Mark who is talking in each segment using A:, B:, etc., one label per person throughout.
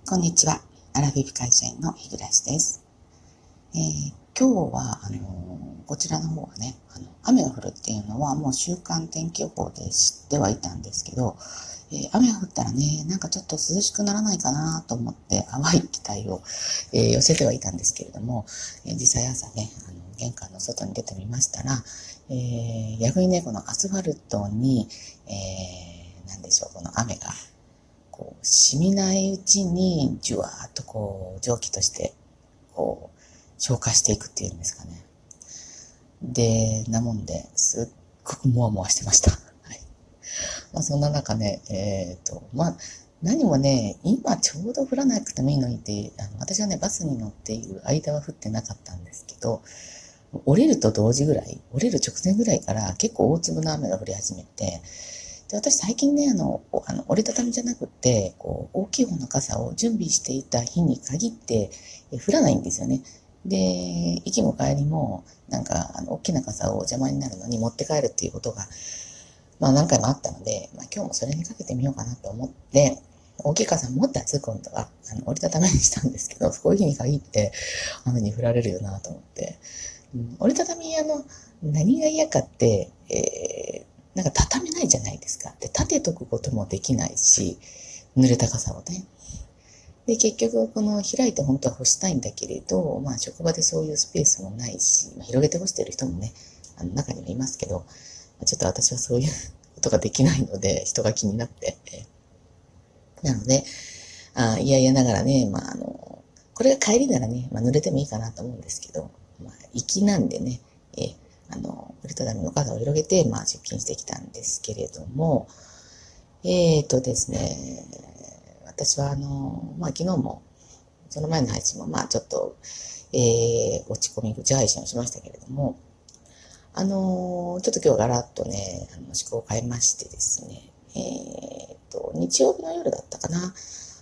A: こんにちは。アラフィフ会社員の日暮です。今日は、こちらの方はね、雨が降るっていうのはもう週間天気予報で知ってはいたんですけど、雨が降ったらね、なんかちょっと涼しくならないかなと思って淡い期待を、寄せてはいたんですけれども、実際朝ね、玄関の外に出てみましたら、逆にね、このアスファルトに、なんでしょう、この雨が、染みないうちに、じゅわーっと蒸気として、消化していくっていうんですかね。なもんで、すっごくもわもわしてました。はい。そんな中ね、何もね、今ちょうど降らなくてもいいのにって、私はね、バスに乗っている間は降ってなかったんですけど、降りると同時ぐらい、降りる直前ぐらいから結構大粒の雨が降り始めて、で、私最近ね、折りたたみじゃなくて、大きい方の傘を準備していた日に限って、降らないんですよね。で、行きも帰りも、大きな傘を邪魔になるのに持って帰るっていうことが、何回もあったので、今日もそれにかけてみようかなと思って、大きい傘持ったら今度は、折りたたみにしたんですけど、こういう日に限って雨に降られるよなと思って、折りたたみ、何が嫌かって、畳めないじゃないですか。で、立てとくこともできないし、濡れた傘をね。で、結局、開いて本当は干したいんだけれど、職場でそういうスペースもないし、広げて干してる人もね、中にはいますけど、ちょっと私はそういうことができないので、人が気になって。なので、いやいやながらね、これが帰りならね、濡れてもいいかなと思うんですけど、行きなんでね、折りたたみの傘を広げて、出勤してきたんですけれども、ですね、私は昨日も、その前の配信も、ちょっと、落ち込み口配信をしましたけれども、ちょっと今日ガラッとね、思考を変えましてですね、日曜日の夜だったかな、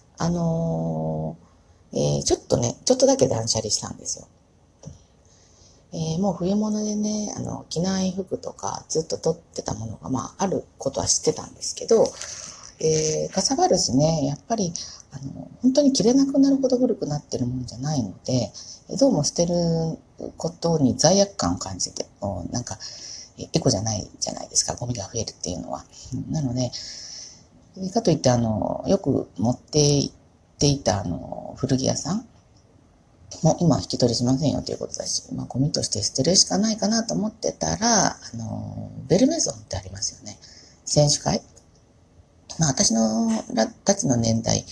A: ちょっとだけ断捨離したんですよ。もう冬物でね、着ない服とかずっと取ってたものが、あることは知ってたんですけど、かさばるしね、やっぱり、本当に着れなくなるほど古くなってるものじゃないので、どうも捨てることに罪悪感を感じて、エコじゃないじゃないですか、ゴミが増えるっていうのは。なので、かといって、よく持って行っていた、古着屋さんもう今引き取りしませんよということだし、ゴミとして捨てるしかないかなと思ってたら、ベルメゾンってありますよね。選手会。私のたちの年代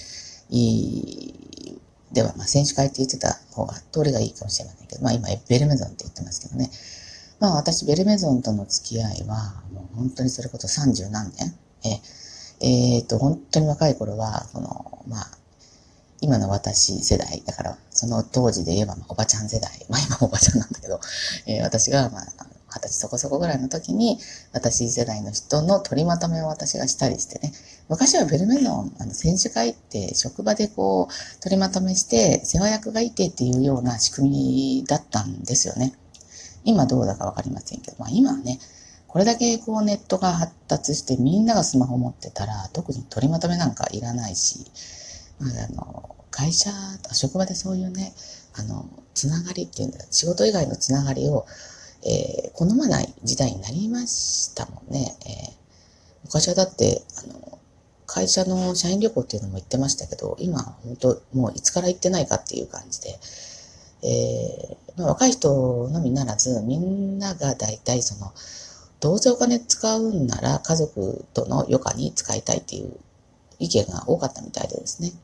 A: では、選手会って言ってた方が通りがいいかもしれませんけど、今ベルメゾンって言ってますけどね。私ベルメゾンとの付き合いは、もう本当にそれこそ30何年。本当に若い頃は、今の私世代、だから、その当時で言えば、おばちゃん世代、今おばちゃんなんだけど、私が、20歳そこそこぐらいの時に、私世代の人の取りまとめを私がしたりしてね、昔はベルメゾン、選手会って職場で取りまとめして、世話役がいてっていうような仕組みだったんですよね。今どうだかわかりませんけど、今はね、これだけネットが発達してみんながスマホ持ってたら、特に取りまとめなんかいらないし、会社、職場でそういうね、つながりっていうんだ、仕事以外のつながりを、好まない時代になりましたもんね。昔はだって、会社の社員旅行っていうのも行ってましたけど、今、本当もういつから行ってないかっていう感じで、若い人のみならず、みんなが大体どうせお金使うんなら家族との余暇に使いたいっていう意見が多かったみたいでですね。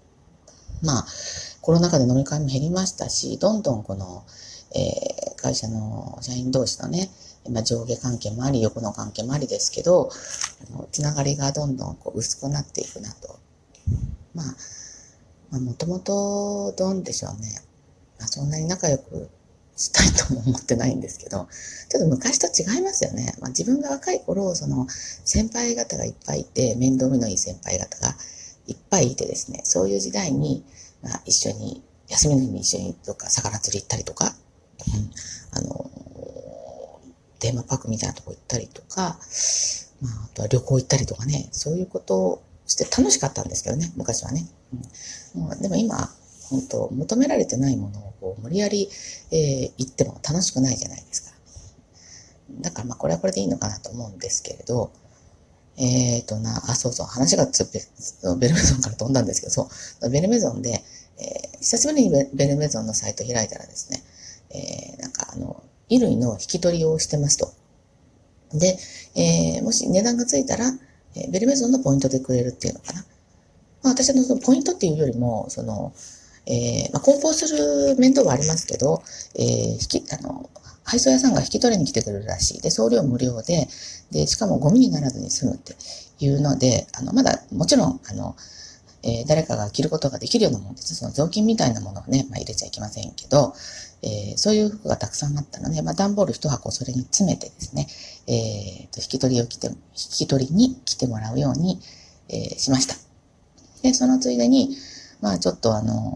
A: コロナ禍で飲み会も減りましたし、どんどん会社の社員同士のね、上下関係もあり、横の関係もありですけど、つながりがどんどん薄くなっていくなと。もともと、どうでしょうね。そんなに仲良くしたいとも思ってないんですけど、ちょっと昔と違いますよね。自分が若い頃、先輩方がいっぱいいて、面倒見のいい先輩方がいっぱいいてですね、そういう時代に、一緒に、休みの日に一緒にどっか魚釣り行ったりとか、テーマパークみたいなとこ行ったりとか、あとは旅行行ったりとかね、そういうことして楽しかったんですけどね、昔はね。でも今、本当求められてないものをこう無理やり、言っても楽しくないじゃないですか。だからこれはこれでいいのかなと思うんですけれど、そうそう、話がベルメゾンから飛んだんですけど、そう、ベルメゾンで、久しぶりにベルメゾンのサイト開いたらですね、衣類の引き取りをしてますと。で、もし値段がついたら、ベルメゾンのポイントでくれるっていうのかな。私はそのポイントっていうよりも、梱包する面倒はありますけど、配送屋さんが引き取りに来てくれるらしい。で、送料無料で、しかもゴミにならずに済むっていうので、まだ、もちろん、誰かが着ることができるようなもんです。その雑巾みたいなものはね、入れちゃいけませんけど、そういう服がたくさんあったので、段ボール一箱それに詰めてですね、引き取りに来てもらうように、しました。で、そのついでに、ちょっと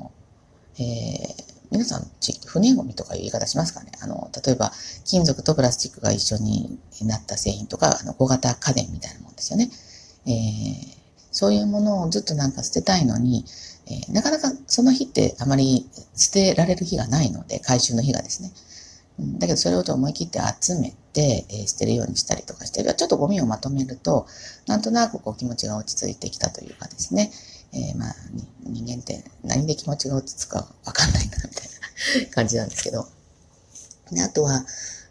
A: 皆さん、不燃ゴミとかいう言い方しますかね。例えば、金属とプラスチックが一緒になった製品とか、小型家電みたいなもんですよね。そういうものをずっと捨てたいのに、なかなかその日ってあまり捨てられる日がないので、回収の日がですね。だけどそれを思い切って集めて、捨てるようにしたりとかして、ちょっとゴミをまとめると、なんとなく気持ちが落ち着いてきたというかですね。人間って何で気持ちが落ち着くかわかんないな、みたいな感じなんですけど。で、あとは、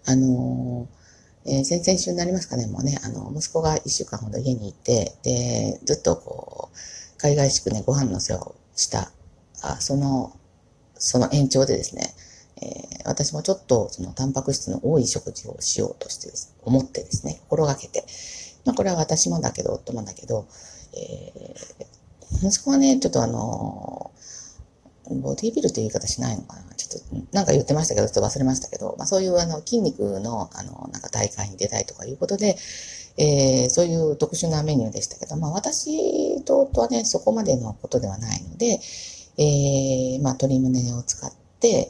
A: 先々週になりますかね、もうね、息子が1週間ほど家にいて、で、ずっと海外しくね、ご飯の世話をした、その延長でですね、私もちょっとタンパク質の多い食事をしようとして思ってですね、心がけて。これは私もだけど、夫もだけど、息子はね、ちょっとボディービルという言い方しないのかな。ちょっと、言ってましたけど、ちょっと忘れましたけど、そういう筋肉の、大会に出たいとかいうことで、そういう特殊なメニューでしたけど、私と夫はね、そこまでのことではないので、鶏胸を使って、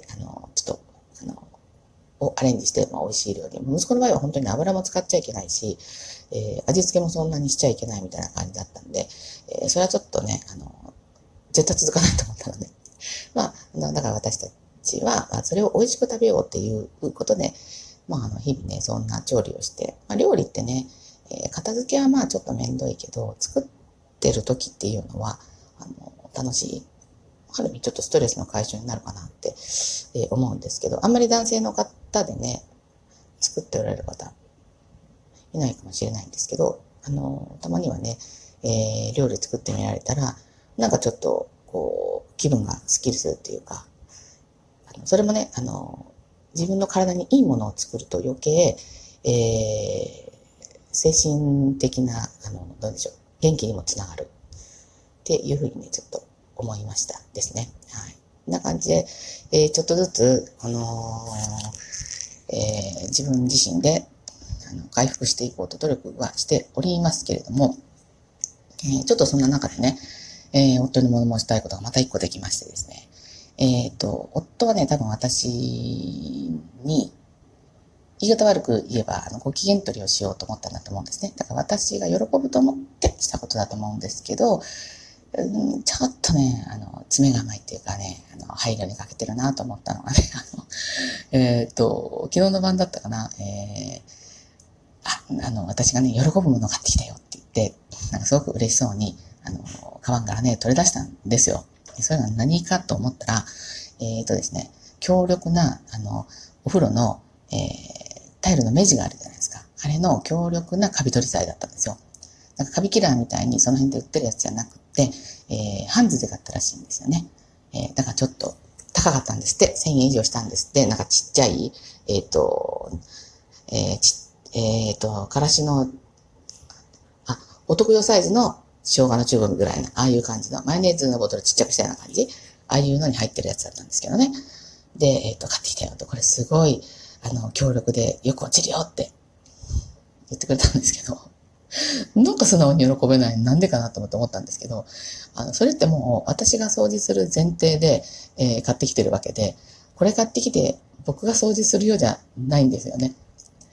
A: ちょっと、アレンジして、美味しい料理。息子の場合は本当に油も使っちゃいけないし、味付けもそんなにしちゃいけないみたいな感じだったんで、それはちょっとね、絶対続かないと思ったので。だから私たちは、それを美味しく食べようっていうことで、日々ね、そんな調理をして、料理ってね、片付けはちょっとめんどいけど、作ってる時っていうのは、楽しい。ある意味ちょっとストレスの解消になるかなって、思うんですけど、あんまり男性の方でね、作っておられる方、いないかもしれないんですけど、たまにはね、料理作ってみられたら、ちょっと、気分がスッキリするっていうか、それもね、自分の体にいいものを作ると余計、精神的な、どうでしょう、元気にもつながるっていうふうにね、ちょっと思いましたですね。はい。こんな感じで、ちょっとずつ、自分自身で、回復していこうと努力はしておりますけれども、ちょっとそんな中でね、夫に物申したいことがまた一個できましてですね。夫はね、多分私に、言い方悪く言えば、ご機嫌取りをしようと思ったんだと思うんですね。だから私が喜ぶと思ってしたことだと思うんですけど、ちょっとね、爪が甘いっていうかね、配慮に欠けてるなと思ったのがね、昨日の晩だったかな、私がね、喜ぶもの買ってきたよって言って、すごく嬉しそうに、カバンからね、取り出したんですよ。それが何かと思ったら、ですね、強力な、お風呂の、タイルの目地があるじゃないですか。あれの強力なカビ取り剤だったんですよ。カビキラーみたいにその辺で売ってるやつじゃなくて、ハンズで買ったらしいんですよね。だからちょっと高かったんですって、1000円以上したんですって、ちっちゃい、からしの、お得用サイズの生姜のチューブぐらいの、ああいう感じの、マヨネーズのボトルちっちゃくしたような感じ、ああいうのに入ってるやつだったんですけどね。で、買ってきたよと、これすごい、強力でよく落ちるよって言ってくれたんですけど、素直に喜べない、なんでかなと思ったんですけど、それってもう私が掃除する前提で、買ってきてるわけで、これ買ってきて僕が掃除するようじゃないんですよね。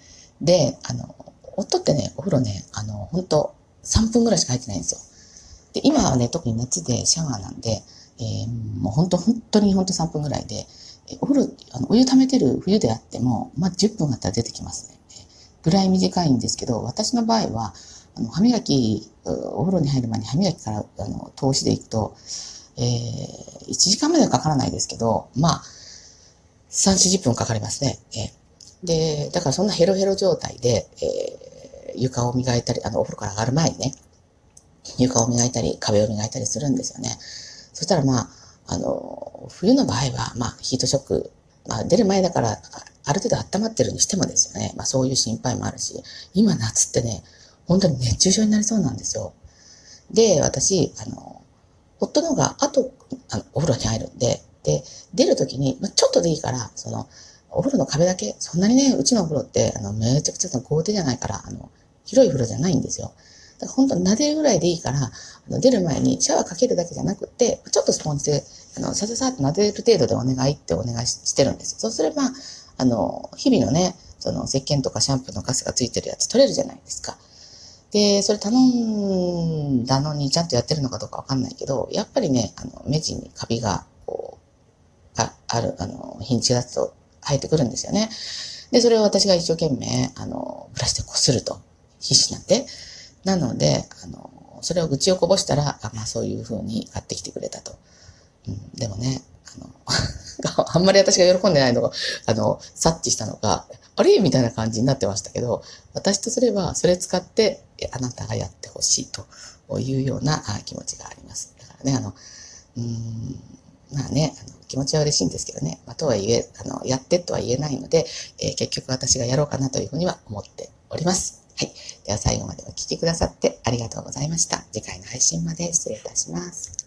A: で、夫ってね、お風呂ね、ほんと3分ぐらいしか入ってないんですよ。 で、今はね、特に夏でシャワーなんで、もう本当に3分ぐらいで、お風呂、お湯溜めてる冬であっても、まあ、10分あったら出てきますね。ぐらい短いんですけど、私の場合は、歯磨き、お風呂に入る前に歯磨きから、通しでいくと、1時間まではかからないですけど、まあ、3、40分かかりますね。で、だからそんなヘロヘロ状態で、床を磨いたり、お風呂から上がる前にね、床を磨いたり、壁を磨いたりするんですよね。そしたらまあ、冬の場合は、まあ、ヒートショック、まあ、出る前だから、ある程度温まってるにしてもですよね。まあ、そういう心配もあるし、今夏ってね、本当に熱中症になりそうなんですよ。で、私、夫のが後、お風呂に入るんで、で、出るときに、まあ、ちょっとでいいから、お風呂の壁だけ、そんなにね、うちのお風呂って、めちゃくちゃ豪邸じゃないから、広い風呂じゃないんですよ。だから本当撫でるぐらいでいいから、出る前にシャワーかけるだけじゃなくて、ちょっとスポンジで、さささっと撫でる程度でお願いってお願いしてるんです。そうすれば、日々のね、石鹸とかシャンプーのカスがついてるやつ取れるじゃないですか。で、それ頼んだのにちゃんとやってるのかどうかわかんないけど、やっぱりね、目地にカビが、日にちが経つと生えてくるんですよね。で、それを私が一生懸命、ブラシでこすると。必死なんで。なので、それを愚痴をこぼしたら、まあそういう風に買ってきてくれたと。でもね、あんまり私が喜んでないのが、察知したのが、あれみたいな感じになってましたけど、私とすれば、それ使って、あなたがやってほしいというような気持ちがあります。だからね、まあね、気持ちは嬉しいんですけどね、まあ、とはいえ、やってとは言えないので、結局私がやろうかなというふうには思っております。はい。では最後までお聞きくださってありがとうございました。次回の配信まで失礼いたします。